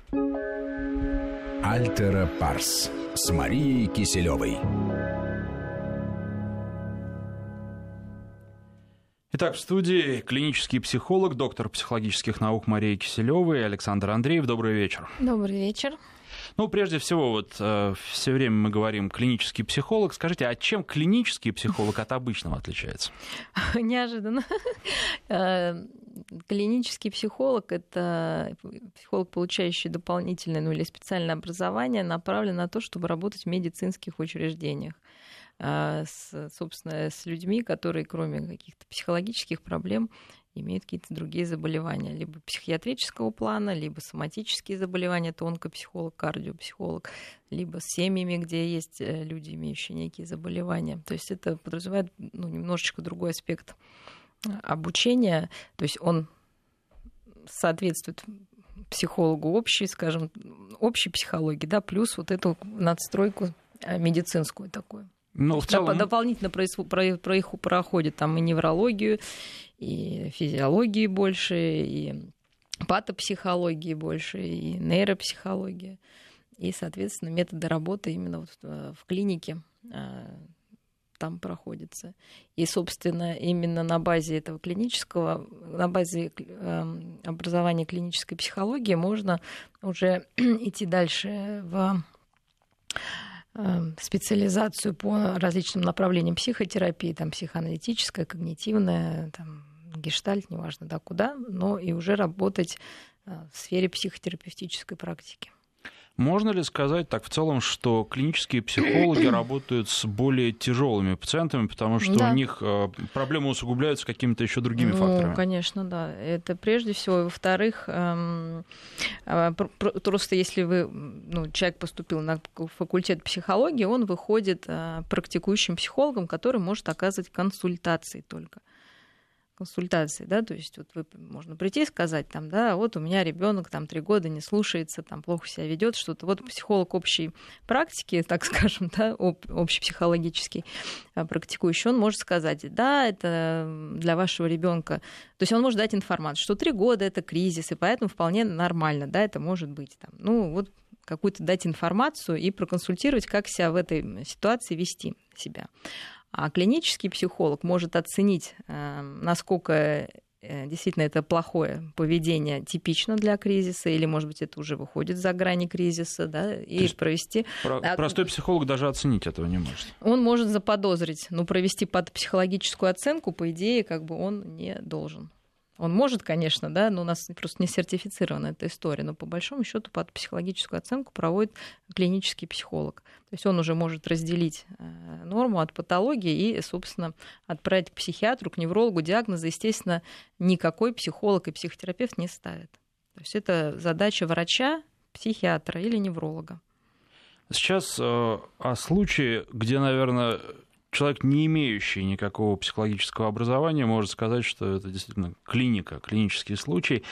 Альтера Парс с Марией Киселевой. Итак, в студии клинический психолог, доктор психологических наук Мария Киселева и Александр Андреев. Добрый вечер. Добрый вечер. Ну, прежде всего, все время мы говорим клинический психолог. Скажите, а чем клинический психолог от обычного отличается? Неожиданно. Клинический психолог — это психолог, получающий дополнительное или специальное образование, направленное на то, чтобы работать в медицинских учреждениях. Собственно, с людьми, которые, кроме каких-то психологических проблем, имеют какие-то другие заболевания, либо психиатрического плана, либо соматические заболевания, тонкопсихолог, кардиопсихолог, либо с семьями, где есть люди, имеющие некие заболевания. То есть это подразумевает немножечко другой аспект обучения, то есть он соответствует психологу общей психологии, да, плюс вот эту надстройку медицинскую такую. Ну, в целом... Дополнительно проходит там и неврологию, и физиологии больше, и патопсихологии больше, и нейропсихология. И, соответственно, методы работы именно вот в клинике там проходятся. И, собственно, именно на базе этого на базе образования клинической психологии можно уже идти дальше в специализацию по различным направлениям психотерапии, там психоаналитическая, когнитивная, там, гештальт, неважно, да, куда, но и уже работать в сфере психотерапевтической практики. Можно ли сказать так в целом, что клинические психологи работают с более тяжелыми пациентами, потому что у них проблемы усугубляются какими-то еще другими факторами? Конечно, да. Это прежде всего. И, во-вторых, просто если человек поступил на факультет психологии, он выходит практикующим психологом, который может оказывать консультации только. Консультации, да, то есть вот можно прийти и сказать, там, да, вот у меня ребенок там 3 года не слушается, там плохо себя ведет, что-то. Вот психолог общей практики, так скажем, да, общепсихологический практикующий, он может сказать, да, это для вашего ребенка, то есть он может дать информацию, что 3 года это кризис, и поэтому вполне нормально, да, это может быть, там, вот какую-то дать информацию и проконсультировать, как себя в этой ситуации вести себя. А клинический психолог может оценить, насколько действительно это плохое поведение типично для кризиса, или, может быть, это уже выходит за грани кризиса, да, и провести... Простой психолог даже оценить этого не может. Он может заподозрить, но провести психологическую оценку, по идее, как бы он не должен. Он может, конечно, да, но у нас просто не сертифицирована эта история, но по большому счету психологическую оценку проводит клинический психолог. То есть он уже может разделить норму от патологии и, собственно, отправить к психиатру, к неврологу. Диагноза, естественно, никакой психолог и психотерапевт не ставит. То есть это задача врача, психиатра или невролога. Сейчас о случае, где, наверное, человек, не имеющий никакого психологического образования, может сказать, что это действительно клинический случай.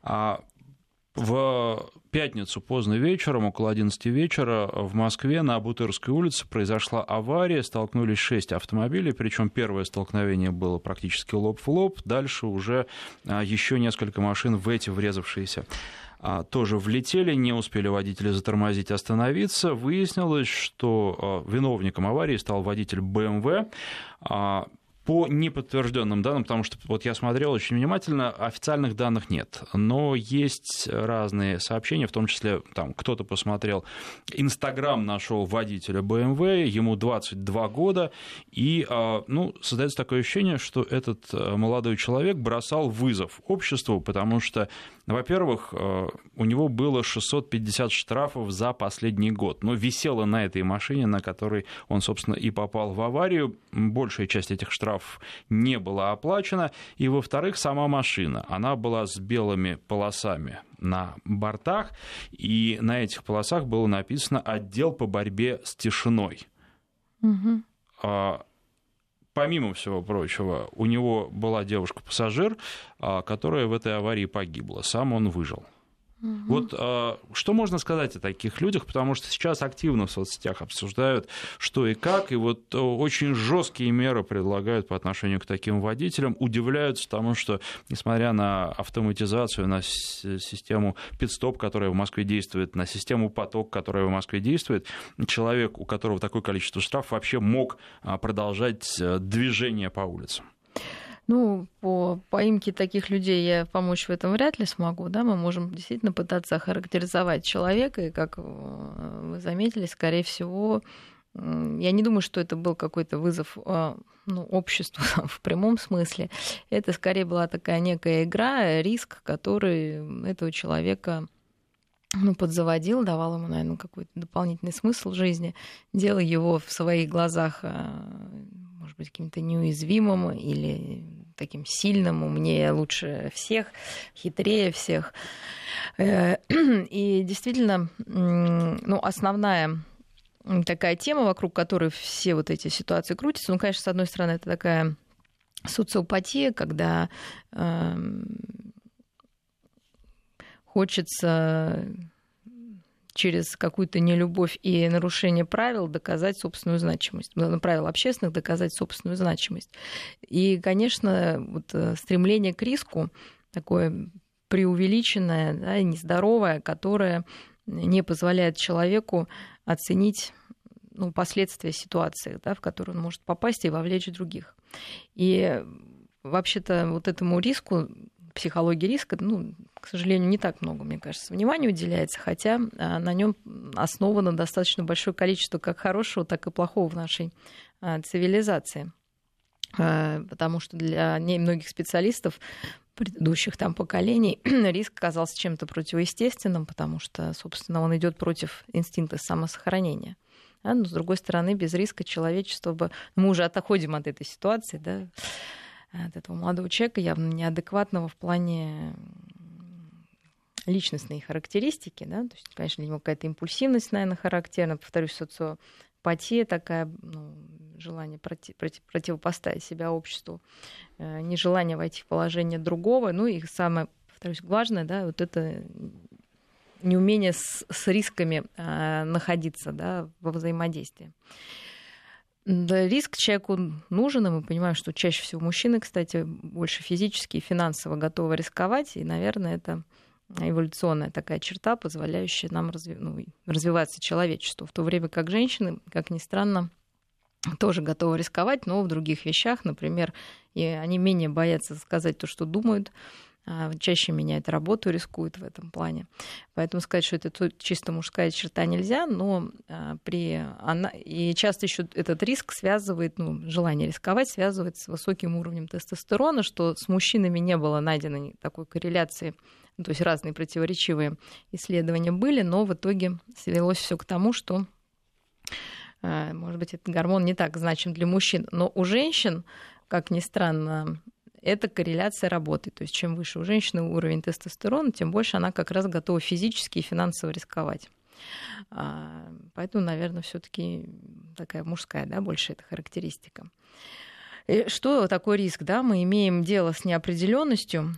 В пятницу поздно вечером, около 11 вечера, в Москве на Бутырской улице произошла авария, столкнулись 6 автомобилей, причем первое столкновение было практически лоб в лоб, дальше уже еще несколько машин в эти врезавшиеся тоже влетели, не успели водители затормозить, остановиться. Выяснилось, что виновником аварии стал водитель БМВ. По неподтвержденным данным, потому что вот я смотрел очень внимательно, официальных данных нет, но есть разные сообщения, в том числе там кто-то посмотрел, Инстаграм нашел водителя BMW, ему 22 года, и создается такое ощущение, что этот молодой человек бросал вызов обществу, потому что, во-первых, у него было 650 штрафов за последний год, но висело на этой машине, на которой он, собственно, и попал в аварию, большая часть этих штрафов не была оплачена, и, во-вторых, сама машина, она была с белыми полосами на бортах, и на этих полосах было написано «Отдел по борьбе с тишиной». Угу. Помимо всего прочего, у него была девушка-пассажир, которая в этой аварии погибла, сам он выжил. Вот что можно сказать о таких людях, потому что сейчас активно в соцсетях обсуждают, что и как, и вот очень жесткие меры предлагают по отношению к таким водителям, удивляются тому, что, несмотря на автоматизацию, на систему пит-стоп, которая в Москве действует, на систему поток, которая в Москве действует, человек, у которого такое количество штрафов, вообще мог продолжать движение по улицам. Ну, по поимке таких людей я помочь в этом вряд ли смогу, да, мы можем действительно пытаться охарактеризовать человека, и, как вы заметили, скорее всего, я не думаю, что это был какой-то вызов обществу в прямом смысле, это скорее была такая некая игра, риск, который этого человека подзаводил, давал ему, наверное, какой-то дополнительный смысл жизни, делал его в своих глазах, может быть, каким-то неуязвимым или таким сильным, умнее, лучше всех, хитрее всех. И действительно, основная такая тема, вокруг которой все вот эти ситуации крутятся, конечно, с одной стороны, это такая социопатия, когда хочется через какую-то нелюбовь и нарушение правил доказать собственную значимость, правил общественных доказать собственную значимость. И, конечно, вот стремление к риску такое преувеличенное, да, нездоровое, которое не позволяет человеку оценить последствия ситуации, да, в которую он может попасть и вовлечь других. И вообще-то вот этому риску, психологии риска, к сожалению, не так много, мне кажется, внимания уделяется, хотя на нем основано достаточно большое количество как хорошего, так и плохого в нашей цивилизации. Потому что для многих специалистов предыдущих поколений риск казался чем-то противоестественным, потому что, собственно, он идет против инстинкта самосохранения. Но, с другой стороны, без риска человечество бы... Мы уже отходим от этой ситуации, да, от этого молодого человека, явно неадекватного в плане личностной характеристики, да, то есть, конечно, для него какая-то импульсивность, наверное, характерна, повторюсь, социопатия такая, желание противопоставить себя обществу, нежелание войти в положение другого, и самое, повторюсь, важное, да, вот это неумение с рисками находиться, да, во взаимодействии. Да, риск человеку нужен, и мы понимаем, что чаще всего мужчины, кстати, больше физически и финансово готовы рисковать, и, наверное, это эволюционная такая черта, позволяющая нам развиваться человечеству, в то время как женщины, как ни странно, тоже готовы рисковать, но в других вещах, например, и они менее боятся сказать то, что думают, чаще меняют работу, рискуют в этом плане. Поэтому сказать, что это чисто мужская черта, нельзя, но и часто еще этот риск связывает, желание рисковать связывает с высоким уровнем тестостерона, что с мужчинами не было найдено такой корреляции, то есть разные противоречивые исследования были, но в итоге свелось все к тому, что, может быть, этот гормон не так значим для мужчин, но у женщин, как ни странно, эта корреляция работает. То есть чем выше у женщины уровень тестостерона, тем больше она как раз готова физически и финансово рисковать. Поэтому, наверное, все-таки такая мужская, да, больше эта характеристика. И что такое риск? Да? Мы имеем дело с неопределенностью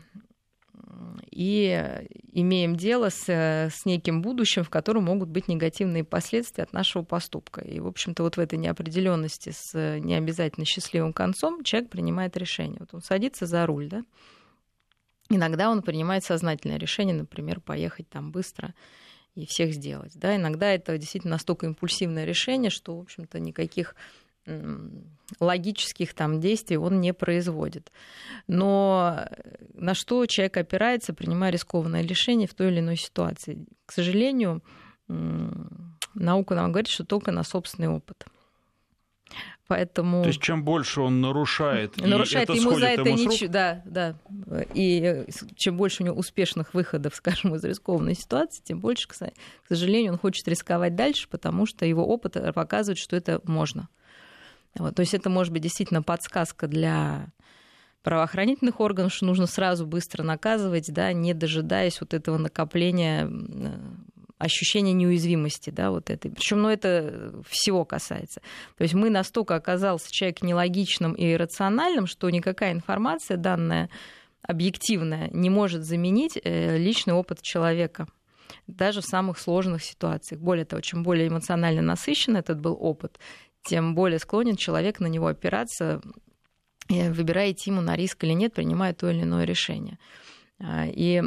и имеем дело с неким будущим, в котором могут быть негативные последствия от нашего поступка. И, в общем-то, вот в этой неопределенности с необязательно счастливым концом человек принимает решение. Вот он садится за руль, да? Иногда он принимает сознательное решение, например, поехать там быстро и всех сделать. Да? Иногда это действительно настолько импульсивное решение, что, в общем-то, никаких логических действий он не производит. Но на что человек опирается, принимая рискованное решение в той или иной ситуации? К сожалению, наука нам говорит, что только на собственный опыт. Поэтому... То есть чем больше он нарушает, ему за это ничего, да. И чем больше у него успешных выходов, скажем, из рискованной ситуации, тем больше, к сожалению, он хочет рисковать дальше, потому что его опыт показывает, что это можно. Вот, то есть это может быть действительно подсказка для правоохранительных органов, что нужно сразу быстро наказывать, да, не дожидаясь вот этого накопления ощущения неуязвимости, да, вот этой. Причем, это всего касается. То есть мы настолько оказался человек нелогичным и иррациональным, что никакая информация, данная объективная, не может заменить личный опыт человека. даже в самых сложных ситуациях. Более того, чем более эмоционально насыщен этот был опыт, тем более склонен человек на него опираться, выбирая, идти ему на риск или нет, принимая то или иное решение. И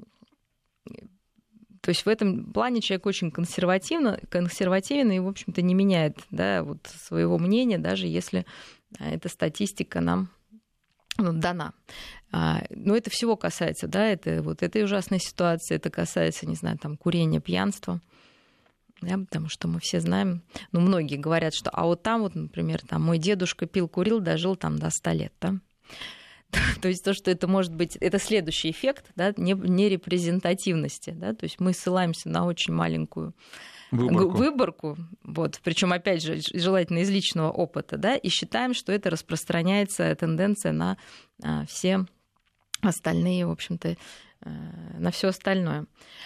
то есть в этом плане человек очень консервативен и, в общем-то, не меняет, да, вот своего мнения, даже если эта статистика нам дана. Но это всего касается, да, это вот этой ужасной ситуации, это касается, не знаю, там, курения, пьянства, да, потому что мы все знаем, ну, многие говорят, что, а вот там, вот, например, там, мой дедушка пил, курил, дожил там до 100 лет, да. То есть то, что это может быть, это следующий эффект, да, нерепрезентативности, да, то есть мы ссылаемся на очень маленькую выборку, вот, причем опять же желательно из личного опыта, да, и считаем, что это распространяется тенденция на все остальные, в общем-то, на все остальное.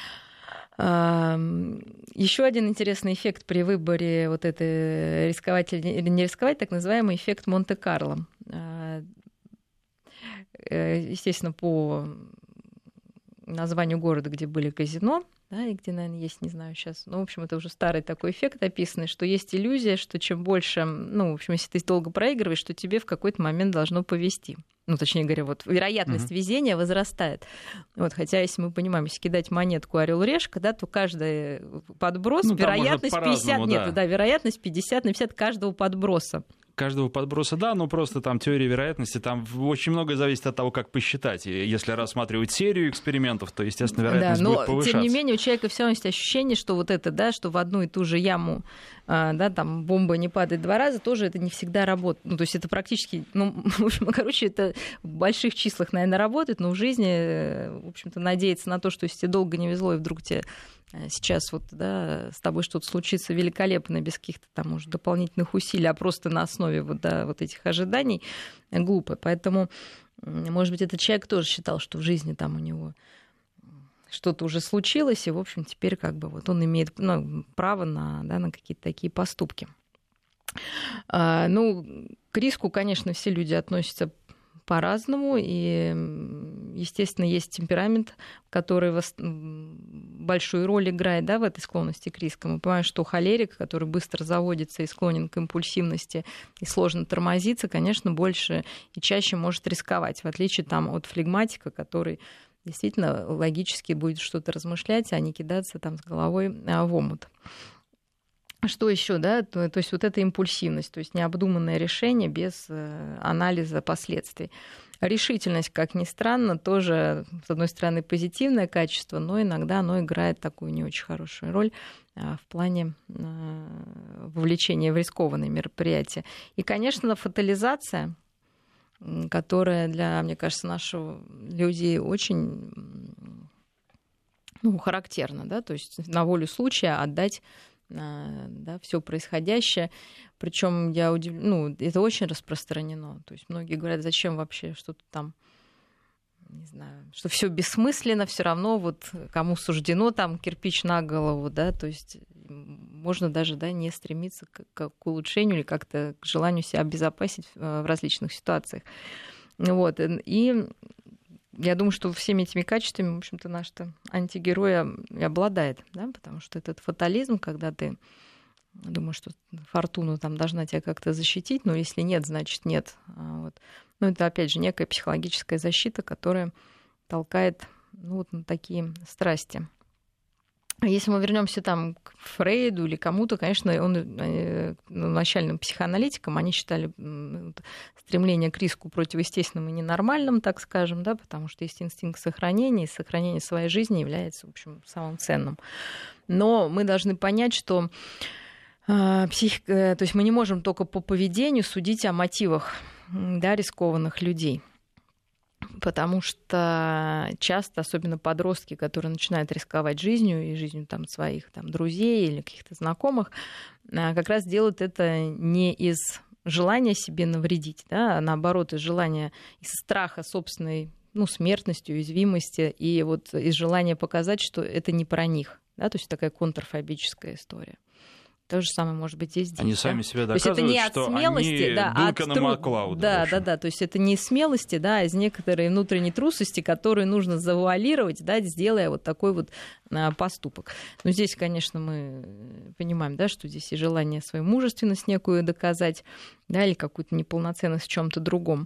Еще один интересный эффект при выборе вот это рисковать или не рисковать, так называемый эффект Монте-Карло. Естественно, по названию города, где были казино, да, и где, наверное, есть, не знаю сейчас, ну, в общем, это уже старый такой эффект описанный, что есть иллюзия, что чем больше, ну, в общем, если ты долго проигрываешь, то тебе в какой-то момент должно повезти. Ну, точнее говоря, вот вероятность везения возрастает. Вот, хотя, если мы понимаем, если кидать монетку орел-решка, да, то каждый подброс, вероятность 50, нет, да, вероятность 50 на 50 каждого подброса. Каждого подброса, да, но просто там теория вероятности, там очень многое зависит от того, как посчитать. И если рассматривать серию экспериментов, то, естественно, вероятность будет повышаться. Тем не менее, у человека все равно есть ощущение, что вот это, да, что в одну и ту же яму, да, там бомба не падает 2 раза, тоже это не всегда работает. Ну, то есть это практически, ну, в общем, короче, это в больших числах, наверное, работает, но в жизни, в общем-то, надеяться на то, что если тебе долго не везло, и вдруг тебе сейчас вот, да, с тобой что-то случится великолепно, без каких-то там, может, дополнительных усилий, а просто на основе вот, да, вот этих ожиданий, глупо. Поэтому, может быть, этот человек тоже считал, что в жизни там у него что-то уже случилось, и, в общем, теперь как бы вот он имеет, ну, право на, да, на какие-то такие поступки. Ну, к риску, конечно, все люди относятся по-разному, и, естественно, есть темперамент, который большую роль играет, да, в этой склонности к рискам. Мы понимаем, что холерик, который быстро заводится и склонен к импульсивности и сложно тормозиться, конечно, больше и чаще может рисковать, в отличие там, от флегматика, который действительно логически будет что-то размышлять, а не кидаться там с головой в омут. Что еще, да, то есть вот эта импульсивность, то есть необдуманное решение без анализа последствий. Решительность, как ни странно, тоже, с одной стороны, позитивное качество, но иногда оно играет такую не очень хорошую роль в плане вовлечения в рискованные мероприятия. И, конечно, фатализация, которая для, мне кажется, наших людей очень, ну, характерна, да, то есть на волю случая отдать, да, все происходящее. Причем я удивлена, ну, это очень распространено. То есть многие говорят, зачем вообще что-то там, не знаю, что все бессмысленно, все равно вот кому суждено там кирпич на голову, да, то есть можно даже, да, не стремиться к улучшению или как-то к желанию себя обезопасить в различных ситуациях. Вот. И я думаю, что всеми этими качествами, в общем-то, наш-то антигерой обладает, да, потому что этот фатализм, когда ты думаешь, что фортуна там должна тебя как-то защитить, но если нет, значит нет. Вот. Ну, это, опять же, некая психологическая защита, которая толкает, ну, вот на такие страсти. Если мы вернемся там к Фрейду или кому-то, конечно, он начальным психоаналитикам, они считали стремление к риску противоестественным и ненормальным, так скажем, да, потому что есть инстинкт сохранения, и сохранение своей жизни является, в общем, самым ценным. Но мы должны понять, что то есть мы не можем только по поведению судить о мотивах, да, рискованных людей. Потому что часто, особенно подростки, которые начинают рисковать жизнью и жизнью там, своих там, друзей или каких-то знакомых, как раз делают это не из желания себе навредить, да, а наоборот, из желания, из страха собственной, ну, смертности, уязвимости, и вот из желания показать, что это не про них. Да, то есть такая контрфобическая история. То же самое может быть и здесь. Они сами себе доказывают, то есть это не от что смелости, они Дункана Маклауда. Да. То есть это не из смелости, да, а из некоторой внутренней трусости, которую нужно завуалировать, да, сделая вот такой вот поступок. Но здесь, конечно, мы понимаем, да, что здесь и желание свою мужественность некую доказать, да, или какую-то неполноценность в чем-то другом.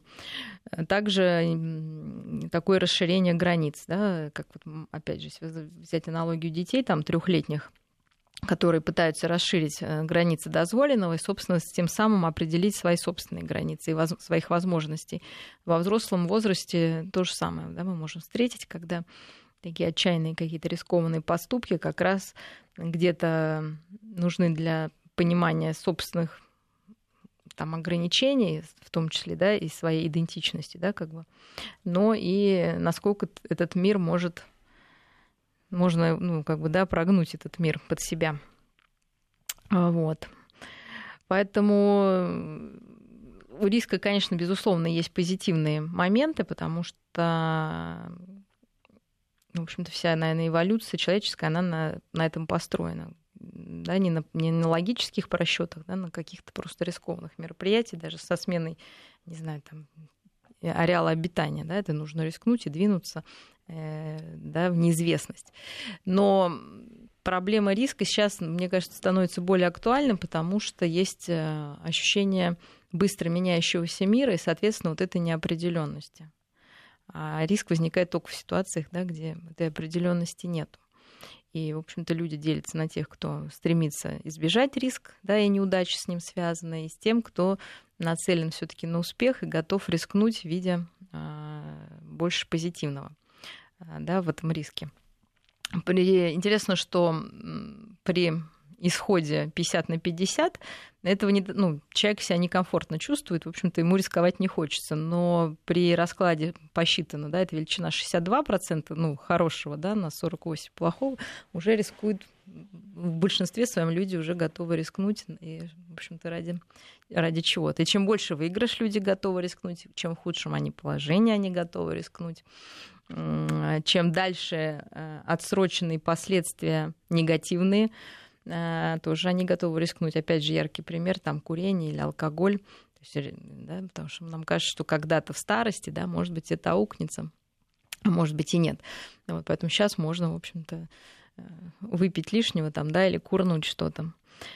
Также такое расширение границ, да, как вот, опять же, взять аналогию детей, там, 3-летних, которые пытаются расширить границы дозволенного и, собственно, тем самым определить свои собственные границы и своих возможностей. Во взрослом возрасте то же самое, да, мы можем встретить, когда такие отчаянные какие-то рискованные поступки как раз где-то нужны для понимания собственных там ограничений, в том числе, да, и своей идентичности, да, как бы, но и насколько этот мир можно, ну, как бы, да, прогнуть этот мир под себя. Вот. Поэтому у риска, конечно, безусловно, есть позитивные моменты, потому что, в общем-то, вся, наверное, эволюция человеческая, она на этом построена. Да, не на логических просчетах, да, на каких-то просто рискованных мероприятиях, даже со сменой, не знаю, там, ареала обитания, да, это нужно рискнуть и двинуться, да, в неизвестность. Но проблема риска сейчас, мне кажется, становится более актуальной, потому что есть ощущение быстро меняющегося мира и, соответственно, вот этой неопределенности. А риск возникает только в ситуациях, да, где этой определенности нет. И, в общем-то, люди делятся на тех, кто стремится избежать риска, да, и неудачи с ним связаны, и с тем, кто нацелен все-таки на успех и готов рискнуть, видя больше позитивного, да, в этом риске. Интересно, что при исходе 50/50 этого человек себя некомфортно чувствует, в общем-то, ему рисковать не хочется. Но при раскладе посчитано, да, эта величина 62%, хорошего, да, на 48% плохого, уже рискуют, в большинстве своем люди уже готовы рискнуть, и, в общем-то, ради чего-то. И чем больше выигрыш люди готовы рискнуть, чем в худшем положении они готовы рискнуть, чем дальше отсроченные последствия негативные, тоже они готовы рискнуть. Опять же, яркий пример, там, курение или алкоголь. То есть, да, потому что нам кажется, что когда-то в старости, да, может быть, это аукнется, а может быть и нет. Вот, поэтому сейчас можно, в общем-то, выпить лишнего там, да, или курнуть что-то.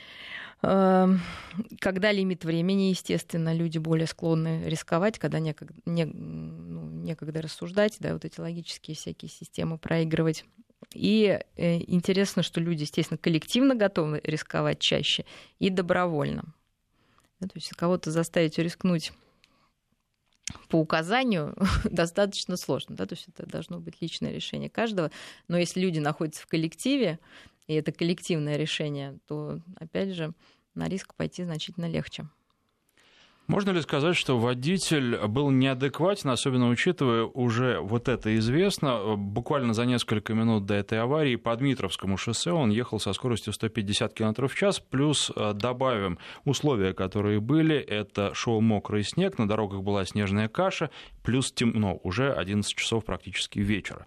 Когда лимит времени, естественно, люди более склонны рисковать, когда некогда рассуждать, да, вот эти логические всякие системы проигрывать. И интересно, что люди, естественно, коллективно готовы рисковать чаще и добровольно. Да, то есть кого-то заставить рискнуть по указанию достаточно сложно. Да, то есть это должно быть личное решение каждого. Но если люди находятся в коллективе, и это коллективное решение, то, опять же, на риск пойти значительно легче. Можно ли сказать, что водитель был неадекватен, особенно учитывая уже вот это известно, буквально за несколько минут до этой аварии по Дмитровскому шоссе он ехал со скоростью 150 км в час, плюс добавим условия, которые были, это шел мокрый снег, на дорогах была снежная каша, плюс темно, уже 11 часов практически вечера.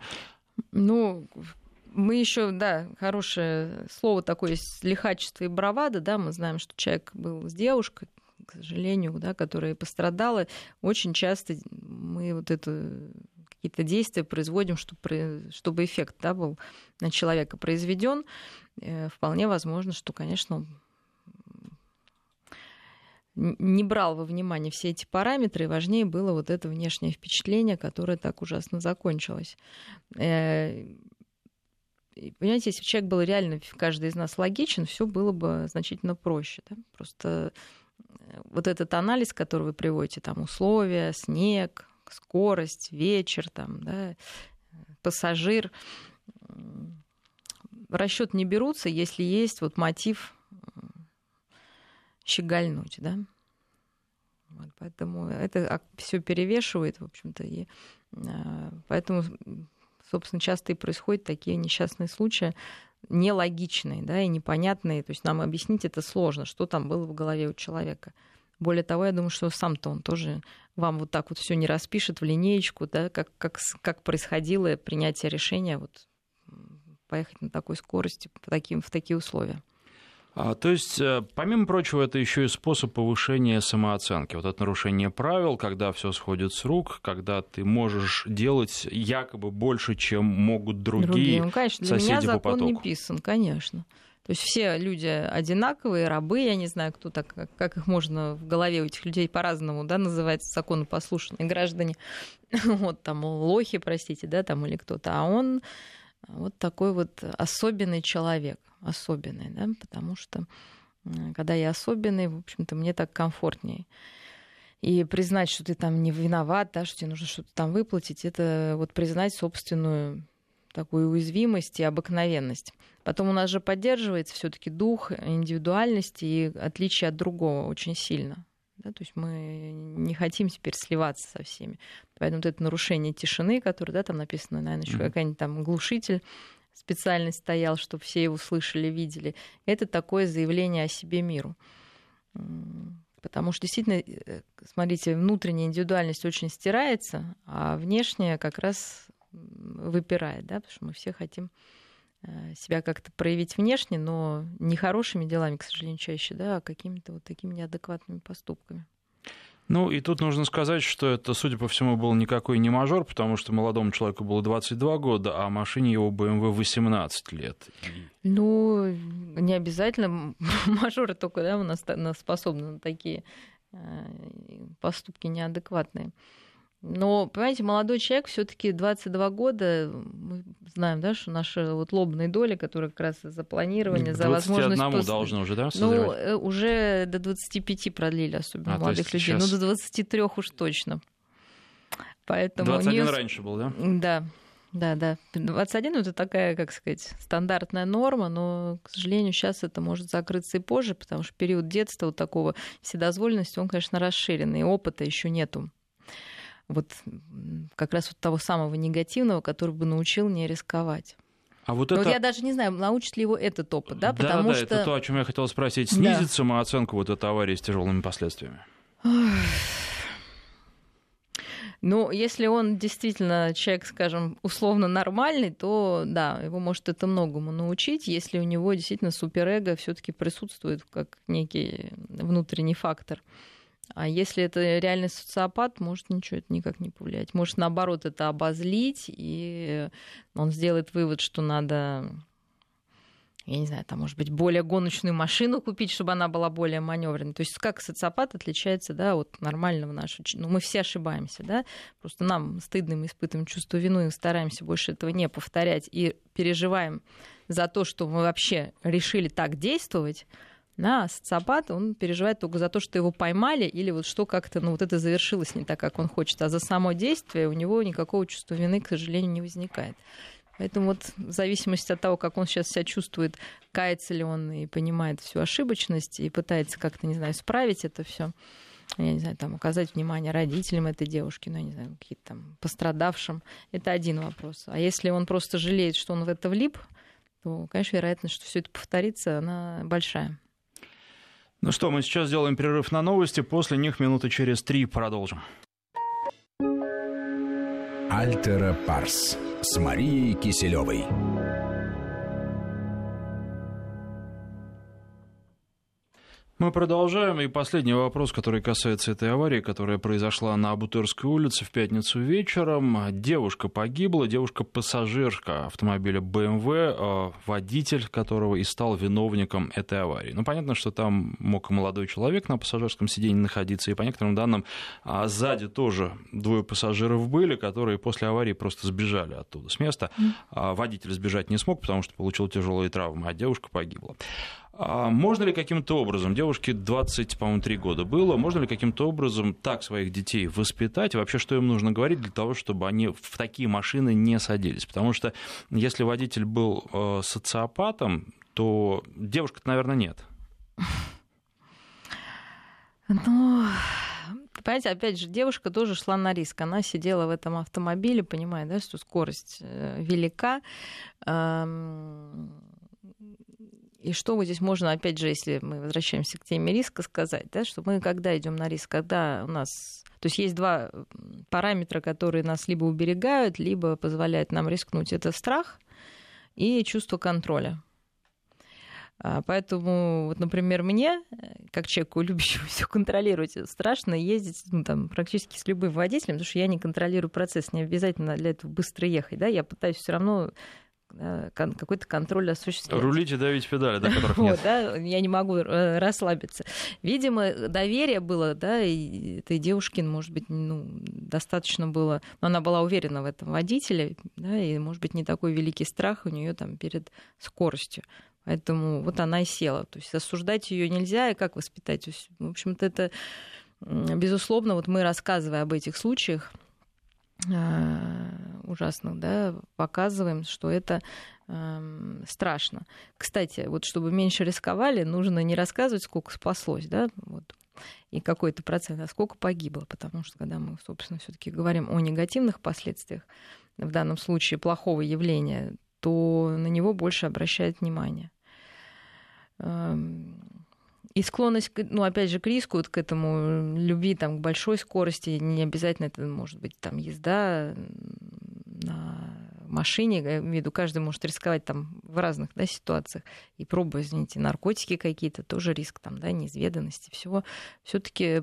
Мы еще, да, хорошее слово такое есть, лихачество и бравада, да, мы знаем, что человек был с девушкой, к сожалению, да, которая пострадала. Очень часто мы вот какие-то действия производим, чтобы эффект, да, был на человека произведен. Вполне возможно, что, конечно, он не брал во внимание все эти параметры, и важнее было вот это внешнее впечатление, которое так ужасно закончилось. Понимаете, если бы человек был реально, каждый из нас логичен, все было бы значительно проще. Да? Просто вот этот анализ, который вы приводите, там условия, снег, скорость, вечер, там, да, пассажир, в расчет не берутся, если есть вот мотив щегольнуть, да. Вот, поэтому это все перевешивает, в общем-то, и поэтому, собственно, часто и происходят такие несчастные случаи, нелогичные, да, и непонятные. То есть нам объяснить это сложно, что там было в голове у человека. Более того, я думаю, что сам-то он тоже вам вот так вот все не распишет в линеечку, да, как происходило принятие решения вот, поехать на такой скорости в такие условия. То есть, помимо прочего, это еще и способ повышения самооценки. Вот это нарушение правил, когда все сходит с рук, когда ты можешь делать якобы больше, чем могут другие Ну, конечно, соседи для меня по потоку. закон не писан, конечно. То есть все люди одинаковые, рабы, я не знаю, кто так, как их можно в голове у этих людей по-разному, да, называть законопослушные граждане. Вот там лохи, простите, да, там или кто-то. А он вот такой вот особенный человек. Особенный, да, потому что когда я особенный, в общем-то, мне так комфортнее. И признать, что ты там не виноват, да, что тебе нужно что-то там выплатить, это вот признать собственную такую уязвимость и обыкновенность. Потом у нас же поддерживается все-таки дух индивидуальности и отличие от другого очень сильно. Да, то есть мы не хотим теперь сливаться со всеми. Поэтому вот это нарушение тишины, которое, да, там написано, наверное, еще какая-нибудь там глушитель специально стоял, чтобы все его слышали, видели. Это такое заявление о себе миру. Потому что действительно, смотрите, внутренняя индивидуальность очень стирается, а внешняя как раз выпирает, да, потому что мы все хотим себя как-то проявить внешне, но не хорошими делами, к сожалению, чаще, да, а какими-то вот такими неадекватными поступками. Ну, и тут нужно сказать, что это, судя по всему, был никакой не мажор, потому что молодому человеку было 22 года, а машине его BMW 18 лет. Ну, не обязательно. Мажоры только, да, у нас способны на такие поступки неадекватные. Но, понимаете, молодой человек все-таки 22 года, мы знаем, да, что наши вот лобные доли, которые как раз за планирование, за возможность... 21 должны уже, да, созревать? Ну, уже до 25 продлили, особенно молодых людей. Сейчас... Ну, до 23 уж точно. Поэтому 21 раньше был, да? Да. 21 — это такая, как сказать, стандартная норма, но, к сожалению, сейчас это может закрыться и позже, потому что период детства вот такого вседозволенности, он, конечно, расширенный, и опыта еще нету. Вот как раз вот того самого негативного, который бы научил не рисковать. А вот это... это... Вот я даже не знаю, научит ли его этот опыт, да, потому что... это то, о чем я хотел спросить. Снизит самооценку вот этой аварии с тяжелыми последствиями? Ну, если он действительно человек, скажем, условно нормальный, то да, его может это многому научить, если у него действительно суперэго все-таки присутствует как некий внутренний фактор. А если это реальный социопат, может ничего это никак не повлиять. Может, наоборот, это обозлить, и он сделает вывод, что надо, я не знаю, там, может быть, более гоночную машину купить, чтобы она была более маневренной. То есть как социопат отличается, да, от нормального нашего... Ну, мы все ошибаемся, да, просто нам стыдно, мы испытываем чувство вины, и стараемся больше этого не повторять, и переживаем за то, что мы вообще решили так действовать. Да, социопат, он переживает только за то, что его поймали, или вот что как-то, ну, вот это завершилось не так, как он хочет. А за само действие у него никакого чувства вины, к сожалению, не возникает. Поэтому вот в зависимости от того, как он сейчас себя чувствует, кается ли он и понимает всю ошибочность, и пытается как-то, не знаю, исправить это все, я не знаю, там, оказать внимание родителям этой девушки, ну, я не знаю, какие-то там пострадавшим, это один вопрос. А если он просто жалеет, что он в это влип, то, конечно, вероятность, что все это повторится, она большая. Ну что, мы сейчас сделаем перерыв на новости, после них минуты через 3 продолжим. Альтера Парс с Марией Киселевой. Мы продолжаем, и последний вопрос, который касается этой аварии, которая произошла на Абутырской улице в пятницу вечером. Девушка погибла, девушка-пассажирка автомобиля BMW, водитель которого и стал виновником этой аварии. Ну, понятно, что там мог и молодой человек на пассажирском сиденье находиться, и по некоторым данным сзади тоже 2 пассажиров были, которые после аварии просто сбежали оттуда с места. Водитель сбежать не смог, потому что получил тяжелые травмы, а девушка погибла. Можно ли каким-то образом, девушке 23 года было, можно ли каким-то образом так своих детей воспитать, и вообще что им нужно говорить для того, чтобы они в такие машины не садились? Потому что если водитель был социопатом, то девушка-то, наверное, нет. Ну, понимаете, опять же, девушка тоже шла на риск. Она сидела в этом автомобиле, понимая, да, что скорость велика. И что вот здесь можно, опять же, если мы возвращаемся к теме риска, сказать, да, что мы когда идем на риск, когда у нас... То есть есть 2 параметра, которые нас либо уберегают, либо позволяют нам рискнуть. Это страх и чувство контроля. Поэтому, вот, например, мне, как человеку, любящему все контролировать, страшно ездить там, практически с любым водителем, потому что я не контролирую процесс, не обязательно для этого быстро ехать. Да? Я пытаюсь все равно какой-то контроль осуществлять. Рулить и давить педали, да, которых нет. Да, я не могу расслабиться. Видимо, доверие было, да, и этой девушке, может быть, достаточно было, но она была уверена в этом водителе, да, и, может быть, не такой великий страх у нее там перед скоростью. Поэтому вот она и села. То есть осуждать ее нельзя, и как воспитать? В общем-то, это, безусловно, вот мы, рассказывая об этих случаях, ужасных, да, показываем, что это страшно. Кстати, вот чтобы меньше рисковали, нужно не рассказывать, сколько спаслось, да, вот, и какой-то процент, а сколько погибло, потому что когда мы, собственно, все-таки говорим о негативных последствиях, в данном случае плохого явления, то на него больше обращают внимание. И склонность, опять же, к риску, вот к этому любви там, к большой скорости, не обязательно это может быть там, езда на машине, я имею в виду, каждый может рисковать там, в разных, да, ситуациях, и пробуя, извините, наркотики какие-то, тоже риск там, да, неизведанности, всего. Все-таки,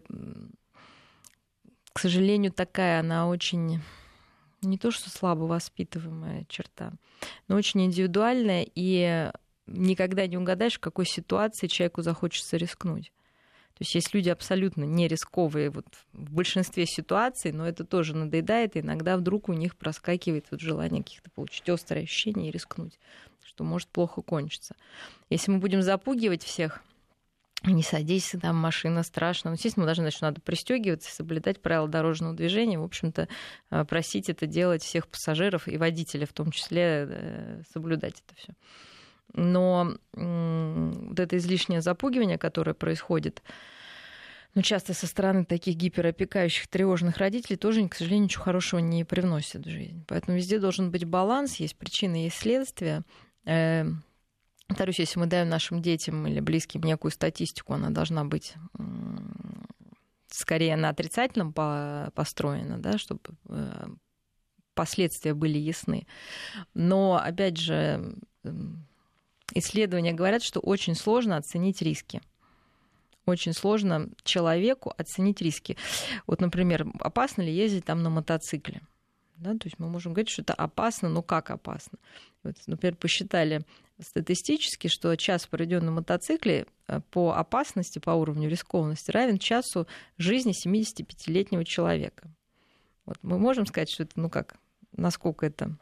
к сожалению, такая она очень, не то что слабо воспитываемая черта, но очень индивидуальная, и никогда не угадаешь, в какой ситуации человеку захочется рискнуть. То есть есть люди абсолютно не рисковые вот в большинстве ситуаций, но это тоже надоедает, и иногда вдруг у них проскакивает вот желание каких-то получить острые ощущения и рискнуть, что может плохо кончиться. Если мы будем запугивать всех, не садись, там машина страшно. Естественно, мы должны знать, что надо пристегиваться, соблюдать правила дорожного движения. В общем-то, просить это делать всех пассажиров и водителей, в том числе соблюдать это все. Но вот это излишнее запугивание, которое происходит, часто со стороны таких гиперопекающих, тревожных родителей, тоже, к сожалению, ничего хорошего не привносит в жизнь. Поэтому везде должен быть баланс, есть причины, есть следствия. Повторюсь, если мы даем нашим детям или близким некую статистику, она должна быть скорее на отрицательном построена, да, чтобы последствия были ясны. Но, опять же, исследования говорят, что очень сложно оценить риски. Очень сложно человеку оценить риски. Вот, например, опасно ли ездить там на мотоцикле? Да, то есть мы можем говорить, что это опасно, но как опасно? Вот, например, посчитали статистически, что час, проведенный на мотоцикле, по опасности, по уровню рискованности, равен часу жизни 75-летнего человека. Вот мы можем сказать, что это, насколько это...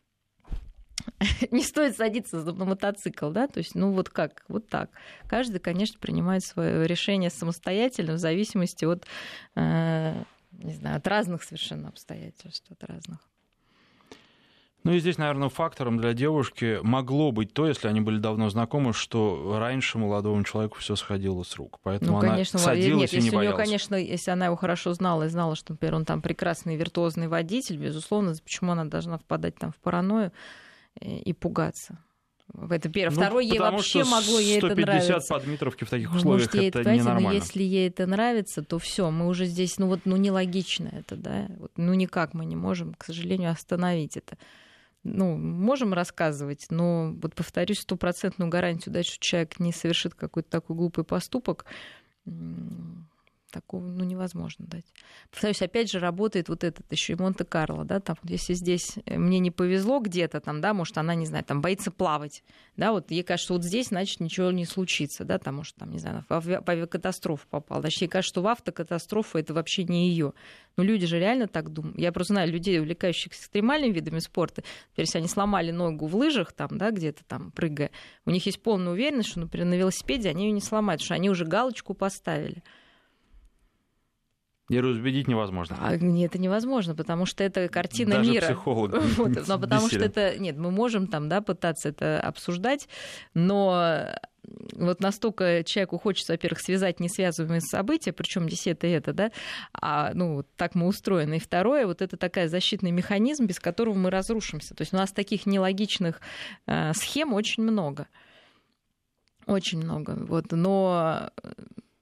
Не стоит садиться на мотоцикл, да, то есть, вот как, вот так. Каждый, конечно, принимает свое решение самостоятельно в зависимости от, не знаю, от разных совершенно обстоятельств, от разных. И здесь, наверное, фактором для девушки могло быть то, если они были давно знакомы, что раньше молодому человеку все сходило с рук. Поэтому конечно, она садилась и не если боялась. у нее, конечно, если она его хорошо знала и знала, что, например, он там прекрасный виртуозный водитель, безусловно, почему она должна впадать там в паранойю и пугаться? Это первое. Второе, ей вообще могло ей это нравиться. 150 по Дмитровке в таких условиях это ненормально. Но если ей это нравится, то все, мы уже здесь, нелогично это, да. Никак мы не можем, к сожалению, остановить это. Можем рассказывать, но, повторюсь, 100% гарантию дать, что человек не совершит какой-то такой глупый поступок, такого невозможно дать. Повторюсь, опять же, работает вот этот еще и Монте-Карло, да, там, если здесь мне не повезло где-то, там, да, может, она, не знаю, там, боится плавать, да, вот ей кажется, что вот здесь, значит, ничего не случится, да, там, может, там, не знаю, в авиакатастрофу попала, значит, ей кажется, что в автокатастрофу это вообще не ее. Но люди же реально так думают. Я просто знаю людей, увлекающихся экстремальными видами спорта, например, если они сломали ногу в лыжах, там, да, где-то там, прыгая, у них есть полная уверенность, что, например, на велосипеде они ее не сломают, потому что они уже галочку поставили. И разубедить невозможно. Это невозможно, потому что это картина даже мира. Даже психолог но потому что это... Нет, мы можем там, да, пытаться это обсуждать, но вот настолько человеку хочется, во-первых, связать несвязуемые события, причем здесь это, да, так мы устроены. И второе, вот это такой защитный механизм, без которого мы разрушимся. То есть у нас таких нелогичных схем очень много. Очень много. Но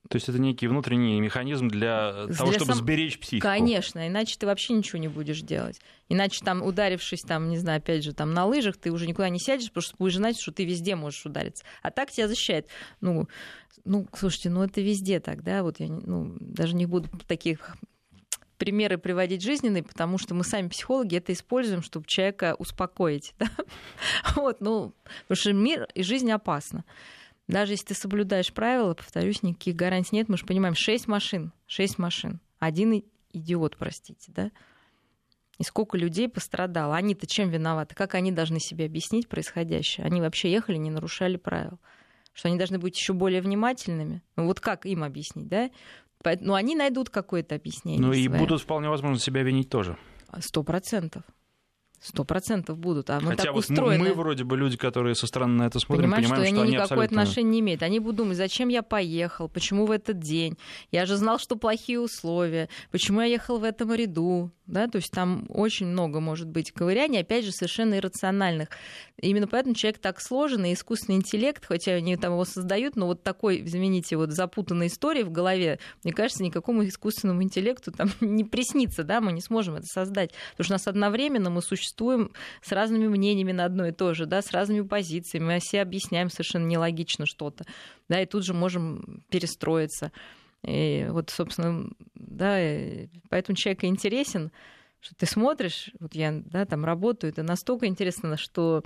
То есть это некий внутренний механизм для того, чтобы сберечь психику. Конечно, иначе ты вообще ничего не будешь делать. Иначе, там, ударившись, там, не знаю, опять же, там, на лыжах, ты уже никуда не сядешь, потому что будешь знать, что ты везде можешь удариться. А так тебя защищает. Слушайте, это везде так, да? Вот я даже не буду таких примеры приводить жизненные, потому что мы сами, психологи, это используем, чтобы человека успокоить. Да? Потому что мир и жизнь опасна. Даже если ты соблюдаешь правила, повторюсь, никаких гарантий нет. Мы же понимаем, 6 машин. 1 идиот, простите, да? И сколько людей пострадало. Они-то чем виноваты? Как они должны себе объяснить происходящее? Они вообще ехали, не нарушали правил. Что они должны быть еще более внимательными? Как им объяснить, да? Они найдут какое-то объяснение. И будут вполне возможно себя винить тоже. 100%. 100% будут. А мы Хотя так вот устроены. мы вроде бы люди, которые со стороны на это смотрим, понимаем, что они никакое абсолютно... отношения не имеют. Они будут думать, зачем я поехал, почему в этот день, я же знал, что плохие условия, почему я ехал в этом ряду. Да? То есть там очень много может быть ковыряний, опять же, совершенно иррациональных. Именно поэтому человек так сложен, и искусственный интеллект, хотя они там его создают, но такой, извините, запутанной истории в голове, мне кажется, никакому искусственному интеллекту там не приснится, да, мы не сможем это создать, потому что у нас одновременно мы существуем с разными мнениями на одно и то же, да, с разными позициями, мы все объясняем совершенно нелогично что-то, да, и тут же можем перестроиться. И собственно, да, поэтому человек интересен, что ты смотришь, я, да, там работаю, это настолько интересно, что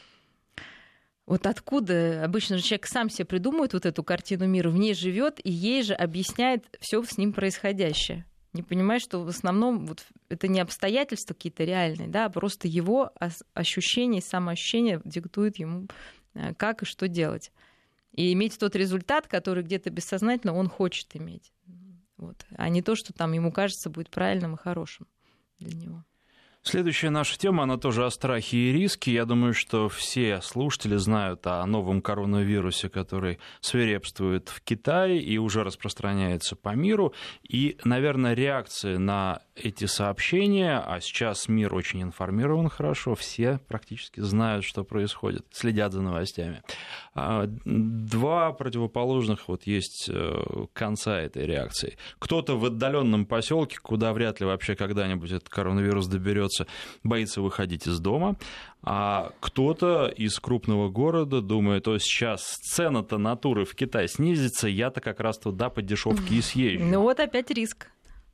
откуда обычно же человек сам себе придумывает эту картину мира, в ней живет и ей же объясняет все с ним происходящее. Не понимаешь, что в основном это не обстоятельства какие-то реальные, да, а просто его ощущения, самоощущение диктуют ему, как и что делать. И иметь тот результат, который где-то бессознательно он хочет иметь. А не то, что там ему кажется будет правильным и хорошим для него. Следующая наша тема, она тоже о страхе и риске. Я думаю, что все слушатели знают о новом коронавирусе, который свирепствует в Китае и уже распространяется по миру. И, наверное, реакции на эти сообщения, а сейчас мир очень информирован хорошо, все практически знают, что происходит, следят за новостями. Два противоположных есть конца этой реакции. Кто-то в отдаленном поселке, куда вряд ли вообще когда-нибудь этот коронавирус доберется, боится выходить из дома, а кто-то из крупного города думает, сейчас цена-то на туры в Китай снизится, я-то как раз туда по дешевке и съезжу. Опять риск.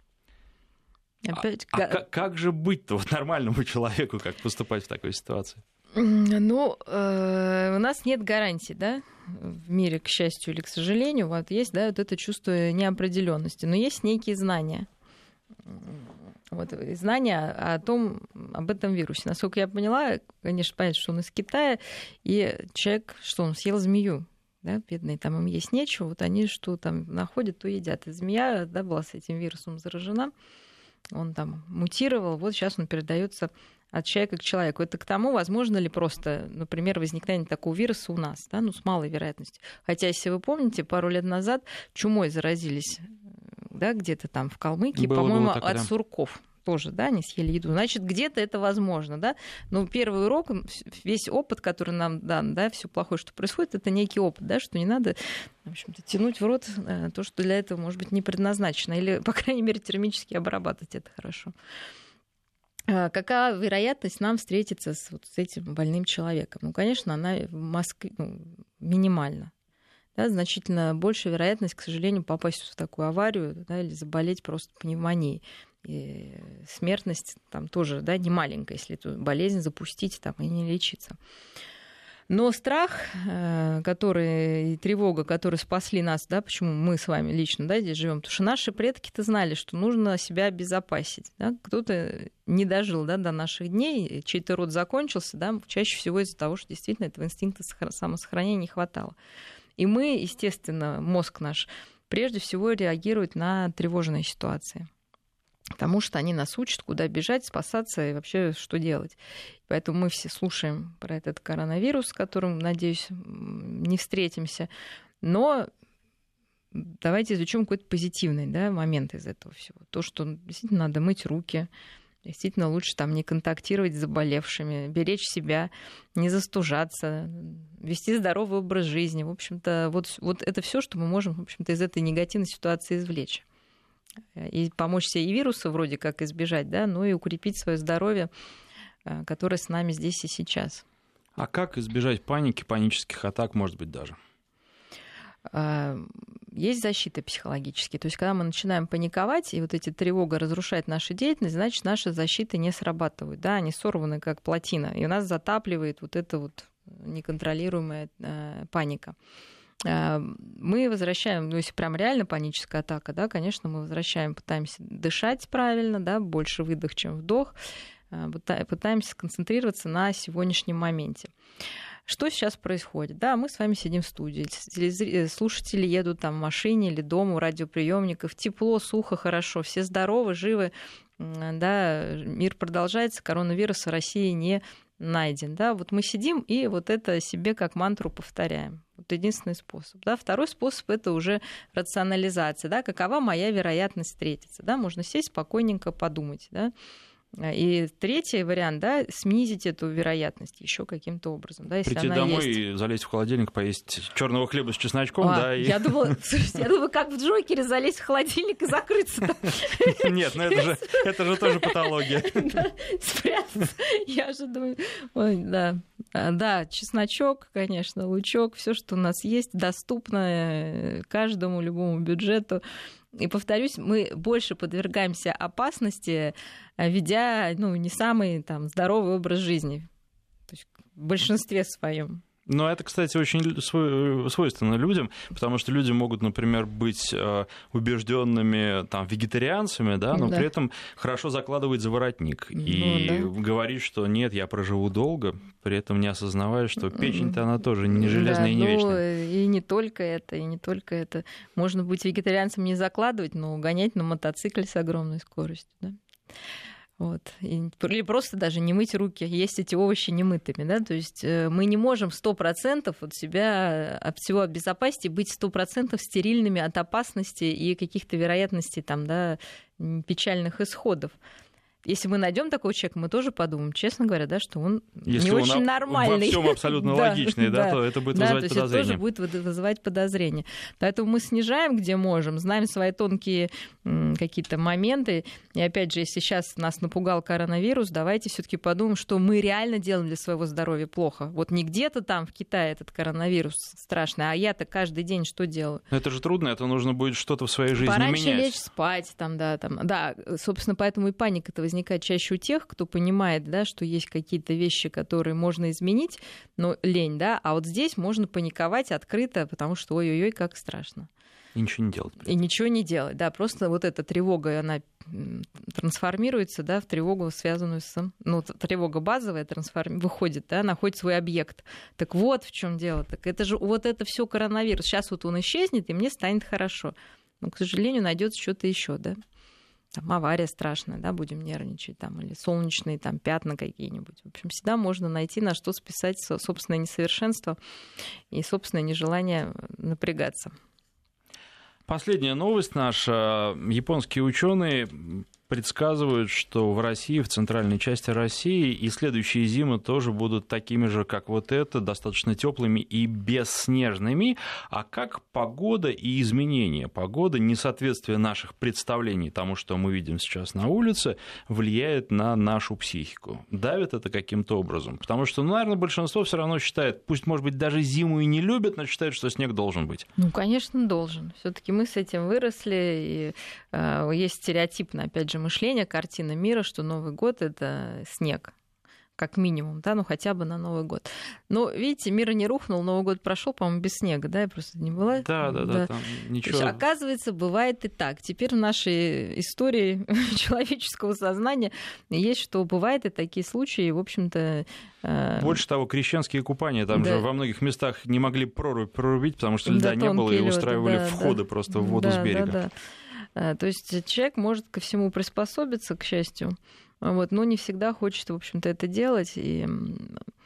Как же быть-то нормальному человеку, как поступать в такой ситуации? У нас нет гарантий, да, в мире, к счастью или к сожалению, есть, да, это чувство неопределенности, но есть некие знания. Знания об этом вирусе. Насколько я поняла, конечно, понятно, что он из Китая, и человек, он съел змею, да, бедный, там им есть нечего, они что там находят, то едят. И змея, да, была с этим вирусом заражена, он там мутировал, сейчас он передается от человека к человеку. Это к тому, возможно ли просто, например, возникновение такого вируса у нас, да, с малой вероятностью. Хотя, если вы помните, пару лет назад чумой заразились, да, где-то там в Калмыкии, по-моему, от сурков. Тоже, да, они съели еду. Значит, где-то это возможно, да. Но первый урок, весь опыт, который нам дан, да, все плохое, что происходит, это некий опыт, да, что не надо, в общем-то, тянуть в рот то, что для этого, может быть, не предназначено. Или, по крайней мере, термически обрабатывать это хорошо. Какая вероятность нам встретиться с этим больным человеком? Конечно, она в Москве минимальна. Да, значительно большая вероятность, к сожалению, попасть в такую аварию, да, или заболеть просто пневмонией. И смертность там тоже, да, не маленькая, если эту болезнь запустить там, и не лечиться. Но страх, и тревога, которые спасли нас, да, почему мы с вами лично, да, здесь живем, потому что наши предки-то знали, что нужно себя обезопасить. Да? Кто-то не дожил, да, до наших дней, чей-то род закончился, да, чаще всего из-за того, что действительно этого инстинкта самосохранения не хватало. И мы, естественно, мозг наш прежде всего реагирует на тревожные ситуации. Потому что они нас учат, куда бежать, спасаться и вообще что делать. Поэтому мы все слушаем про этот коронавирус, с которым, надеюсь, не встретимся. Но давайте изучим какой-то позитивный, да, момент из этого всего. То, что действительно надо мыть руки, Действительно, лучше там не контактировать с заболевшими, беречь себя, не застужаться, вести здоровый образ жизни. В общем-то, вот это все, что мы можем, в общем-то, из этой негативной ситуации извлечь. И помочь себе и вирусу вроде как избежать, да, но и укрепить свое здоровье, которое с нами здесь и сейчас. А как избежать паники, панических атак, может быть, даже? Есть защита психологически. То есть, когда мы начинаем паниковать, и вот эти тревога разрушает нашу деятельность, значит, наши защиты не срабатывают. Да, они сорваны, как плотина. И у нас затапливает вот эта вот неконтролируемая паника. Мы возвращаем, ну, если прям реально паническая атака, да, конечно, мы возвращаем, пытаемся дышать правильно, да, больше выдох, чем вдох, пытаемся сконцентрироваться на сегодняшнем моменте. Что сейчас происходит? Да, мы с вами сидим в студии, слушатели едут там в машине или дома у радиоприемников, тепло, сухо, хорошо, все здоровы, живы, да, мир продолжается, коронавирус в России не найден. Да? Вот мы сидим и вот это себе как мантру повторяем. Вот единственный способ. Да? Второй способ — это уже рационализация. Да? Какова моя вероятность встретиться? Да? Можно сесть спокойненько подумать. Да? И третий вариант, да, снизить эту вероятность еще каким-то образом. Да, если прийти она домой есть. И залезть в холодильник, поесть черного хлеба с чечночком, да. Я думала, как в Джокере залезть в холодильник и закрыться там. Нет, ну это же тоже патология. Спрятаться. Я же думаю, да, чесночок, конечно, лучок, все, что у нас есть, доступно каждому, любому бюджету. И, повторюсь, мы больше подвергаемся опасности, ведя не самый там, здоровый образ жизни. То есть в большинстве своем. Но это, кстати, очень свойственно людям, потому что люди могут, например, быть убежденными там, вегетарианцами, да, но при этом хорошо закладывать за воротник и говорить, что нет, я проживу долго, при этом не осознавая, что печень-то она тоже не железная и не вечная. И не только это. Можно быть вегетарианцем, не закладывать, но гонять на мотоцикле с огромной скоростью. Да? Вот. Или просто даже не мыть руки, есть эти овощи немытыми. Да? То есть мы не можем 100% от себя, от всего обезопасить и быть 100% стерильными от опасности и каких-то вероятностей там, да, печальных исходов. Если мы найдем такого человека, мы тоже подумаем, честно говоря, да, что он если не он очень нормальный. Во всем абсолютно логичный, да, то это будет вызывать подозрение. Это тоже будет вызывать подозрение. Поэтому мы снижаем, где можем, знаем свои тонкие какие-то моменты. И опять же, если сейчас нас напугал коронавирус, давайте все-таки подумаем, что мы реально делаем для своего здоровья плохо. Вот не где-то там в Китае этот коронавирус страшный, а я-то каждый день что делаю? Но это же трудно, это нужно будет что-то в своей жизни пораньше менять. Лечь спать, да, собственно, поэтому и паника-то возникает чаще у тех, кто понимает, да, что есть какие-то вещи, которые можно изменить, но лень, да, а вот здесь можно паниковать открыто, потому что ой-ой-ой, как страшно. И ничего не делать. И ничего не делать, да, просто вот эта тревога, она трансформируется, да, в тревогу, связанную с... тревога базовая выходит, да, находит свой объект. Так вот в чем дело. Так это же вот это все коронавирус. Сейчас вот он исчезнет, и мне станет хорошо. Но, к сожалению, найдется что-то еще, да. Там авария страшная, да, будем нервничать, там, или солнечные там, пятна какие-нибудь. В общем, всегда можно найти, на что списать собственное несовершенство и собственное нежелание напрягаться. Последняя новость наша. Японские ученые предсказывают, что в России, в центральной части России, и следующие зимы тоже будут такими же, как вот эта, достаточно теплыми и бесснежными. А как погода и изменение погоды, несоответствие наших представлений тому, что мы видим сейчас на улице, влияет на нашу психику? Давит это каким-то образом? Потому что, наверное, большинство все равно считает, пусть, может быть, даже зиму и не любят, но считают, что снег должен быть. Конечно, должен. Все-таки мы с этим выросли, и есть стереотипно, опять же, мышление, картина мира, что Новый год — это снег, как минимум, да, хотя бы на Новый год. Но, видите, мир не рухнул, Новый год прошел, по-моему, без снега, да, я просто не была. Да, там ничего. То есть, оказывается, бывает и так. Теперь в нашей истории человеческого сознания есть, что бывает и такие случаи, и, в общем-то... Больше того, крещенские купания, там же во многих местах не могли прорубь прорубить, потому что льда не было, и устраивали входы просто в воду с берега. То есть человек может ко всему приспособиться, к счастью, но не всегда хочет, в общем-то, это делать. И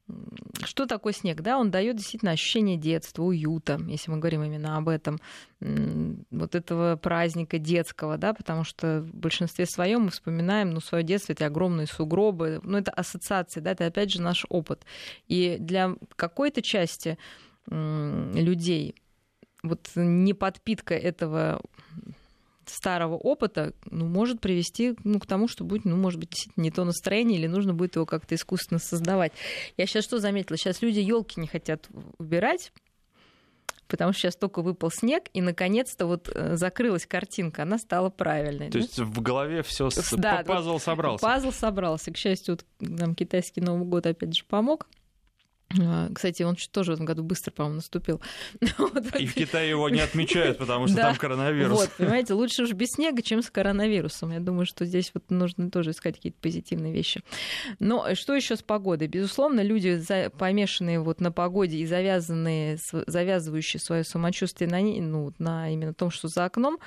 что такое снег? Да, он дает действительно ощущение детства, уюта, если мы говорим именно об этом, вот этого праздника детского, да, потому что в большинстве своем мы вспоминаем, свое детство, эти огромные сугробы, это ассоциации, да, это опять же наш опыт. И для какой-то части людей вот неподпитка этого старого опыта может привести к тому, что будет, может быть, действительно не то настроение, или нужно будет его как-то искусственно создавать. Я сейчас что заметила? Сейчас люди елки не хотят убирать, потому что сейчас только выпал снег, и наконец-то вот закрылась картинка, она стала правильной. То есть в голове все пазл собрался. Пазл собрался. К счастью, нам китайский Новый год опять же помог. Кстати, он тоже в этом году быстро, по-моему, наступил. И в Китае его не отмечают, потому что там коронавирус. Вот, понимаете, лучше уж без снега, чем с коронавирусом. Я думаю, что здесь вот нужно тоже искать какие-то позитивные вещи. Но что еще с погодой? Безусловно, люди, помешанные вот на погоде и завязывающие свое самочувствие на именно том, что за окном,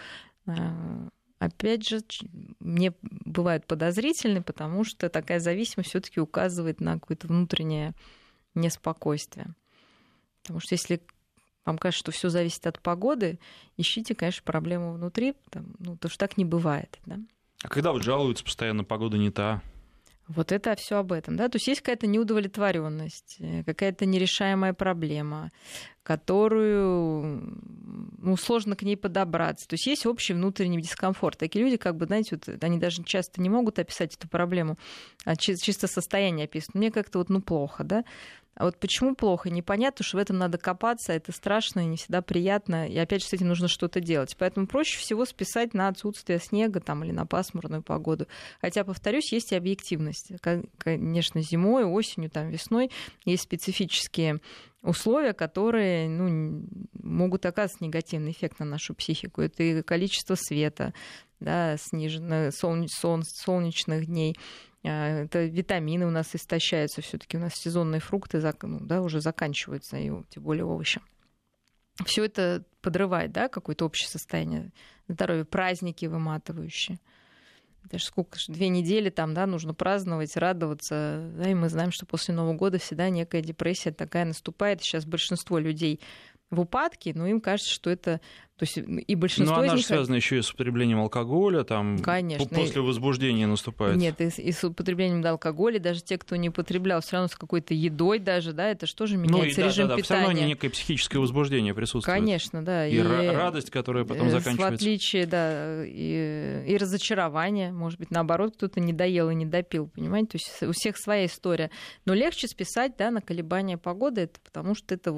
опять же, мне бывают подозрительны, потому что такая зависимость все-таки указывает на какое-то внутреннее неспокойствие. Потому что если вам кажется, что все зависит от погоды, ищите, конечно, проблему внутри, потому что так не бывает. Да? А когда вот жалуются постоянно, погода не та? Вот это все об этом. Да? То есть есть какая-то неудовлетворенность, какая-то нерешаемая проблема, которую сложно к ней подобраться. То есть есть общий внутренний дискомфорт. Такие люди, знаете, они даже часто не могут описать эту проблему, а чисто состояние описывают. Мне как-то плохо, да? А вот почему плохо, непонятно, что в этом надо копаться, это страшно и не всегда приятно, и опять же с этим нужно что-то делать. Поэтому проще всего списать на отсутствие снега или на пасмурную погоду. Хотя, повторюсь, есть и объективность. Конечно, зимой, осенью, весной есть специфические условия, которые могут оказывать негативный эффект на нашу психику. Это и количество света, да, снижено, солнечных дней. Это витамины у нас истощаются, все-таки у нас сезонные фрукты уже заканчиваются, и тем более овощи. Все это подрывает, да, какое-то общее состояние здоровья, праздники выматывающие. Даже 2 недели нужно праздновать, радоваться, да, и мы знаем, что после Нового года всегда некая депрессия такая наступает. Сейчас большинство людей в упадке, но им кажется, что это... То есть и большинство из них... она же связана еще и с употреблением алкоголя, Конечно. После возбуждения наступает. Нет, и с употреблением алкоголя, даже те, кто не употреблял, все равно с какой-то едой даже, да, это что же меняется режим питания. Все равно некое психическое возбуждение присутствует. Конечно, да. И радость, которая потом заканчивается. В отличие, да, и разочарование, может быть, наоборот, кто-то не доел и не допил, понимаете, то есть у всех своя история. Но легче списать, да, на колебания погоды, это потому что это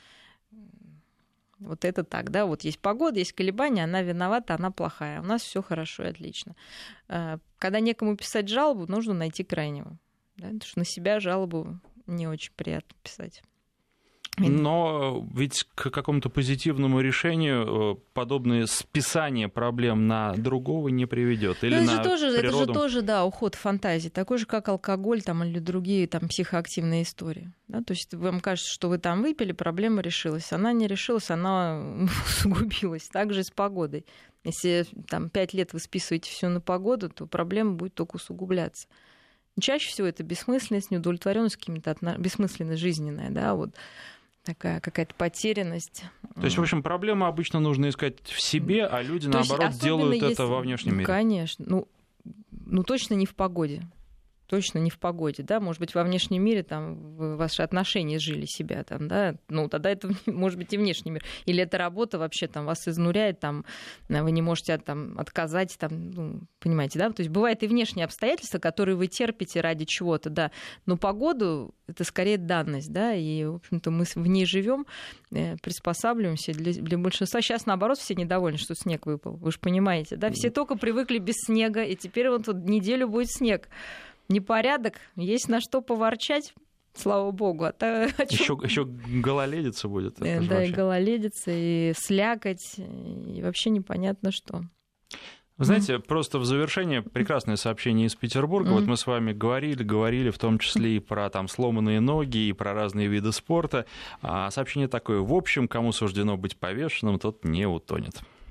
вот это так, да, вот есть погода, есть колебания, она виновата, она плохая, у нас все хорошо и отлично. Когда некому писать жалобу, нужно найти крайнего, да, потому что на себя жалобу не очень приятно писать. Но ведь к какому-то позитивному решению подобное списание проблем на другого не приведет. Или на природу. Это же тоже, да, уход в фантазии, такой же, как алкоголь или другие психоактивные истории. Да? То есть вам кажется, что вы выпили, проблема решилась. Она не решилась, она усугубилась. Так же и с погодой. Если 5 лет вы списываете все на погоду, то проблема будет только усугубляться. Чаще всего это бессмысленность, неудовлетворенность какими-то бессмысленность жизненная, да, такая какая-то потерянность. То есть, в общем, проблему обычно нужно искать в себе, а люди, наоборот, делают это во внешнем мире. Конечно. Точно не в погоде. Точно не в погоде, да, может быть, во внешнем мире ваши отношения жили себя, да, тогда это, может быть, и внешний мир. Или эта работа вообще вас изнуряет, вы не можете отказать, понимаете, да, то есть бывают и внешние обстоятельства, которые вы терпите ради чего-то, да, но погоду это скорее данность, да, и, в общем-то, мы в ней живем, приспосабливаемся для большинства. Сейчас, наоборот, все недовольны, что снег выпал, вы же понимаете, да, все только привыкли без снега, и теперь неделю будет снег. Непорядок, есть на что поворчать, слава богу. Еще гололедица будет. Да, и гололедица, и слякоть, и вообще непонятно что. Вы знаете, просто в завершение прекрасное сообщение из Петербурга. Вот мы с вами говорили в том числе и про сломанные ноги, и про разные виды спорта. А сообщение такое: в общем, кому суждено быть повешенным, тот не утонет.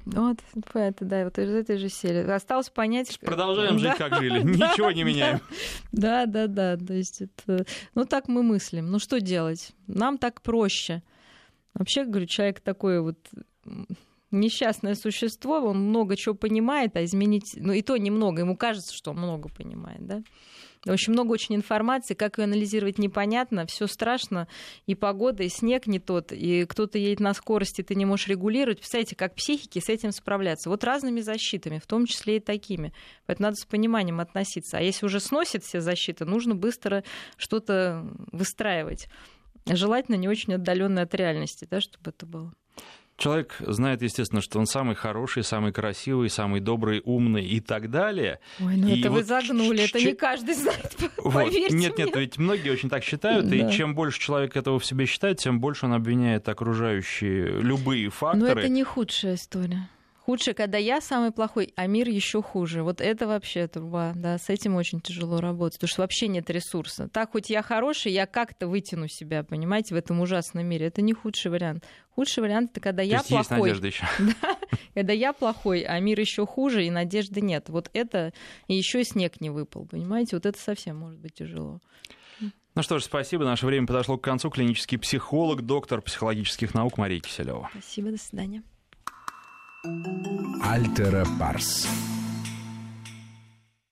Вот, это, да, вот из этой же серии. Осталось понять... Продолжаем жить, как жили, ничего не меняем. Да, то есть это... Ну, так мы мыслим. Ну, что делать? Нам так проще. Вообще, говорю, человек такой вот несчастное существо, он много чего понимает, а изменить... Ну, и то немного, ему кажется, что он много понимает, да? В общем, много очень информации, как ее анализировать непонятно, все страшно, и погода, и снег не тот, и кто-то едет на скорости, ты не можешь регулировать. Представляете, как психики с этим справляться? Вот разными защитами, в том числе и такими. Поэтому надо с пониманием относиться. А если уже сносит все защиты, нужно быстро что-то выстраивать. Желательно не очень отдаленное от реальности, да, чтобы это было. Человек знает, естественно, что он самый хороший, самый красивый, самый добрый, умный и так далее. Ой, ну и это вот вы загнули, это не каждый знает, поверьте мне. Нет, ведь многие очень так считают, да. И чем больше человек этого в себе считает, тем больше он обвиняет окружающие любые факторы. Но это не худшая история. Худшее, когда я самый плохой, а мир еще хуже. Вот это вообще труба, да, с этим очень тяжело работать, потому что вообще нет ресурса. Так, хоть я хороший, я как-то вытяну себя, понимаете, в этом ужасном мире. Это не худший вариант. Худший вариант — это когда я плохой. Есть надежда еще. Да, когда я плохой, а мир еще хуже, и надежды нет. Вот это, и еще и снег не выпал, понимаете, вот это совсем может быть тяжело. Ну что ж, спасибо. Наше время подошло к концу. Клинический психолог, доктор психологических наук Мария Киселева. Спасибо, до свидания. Альтера Парс.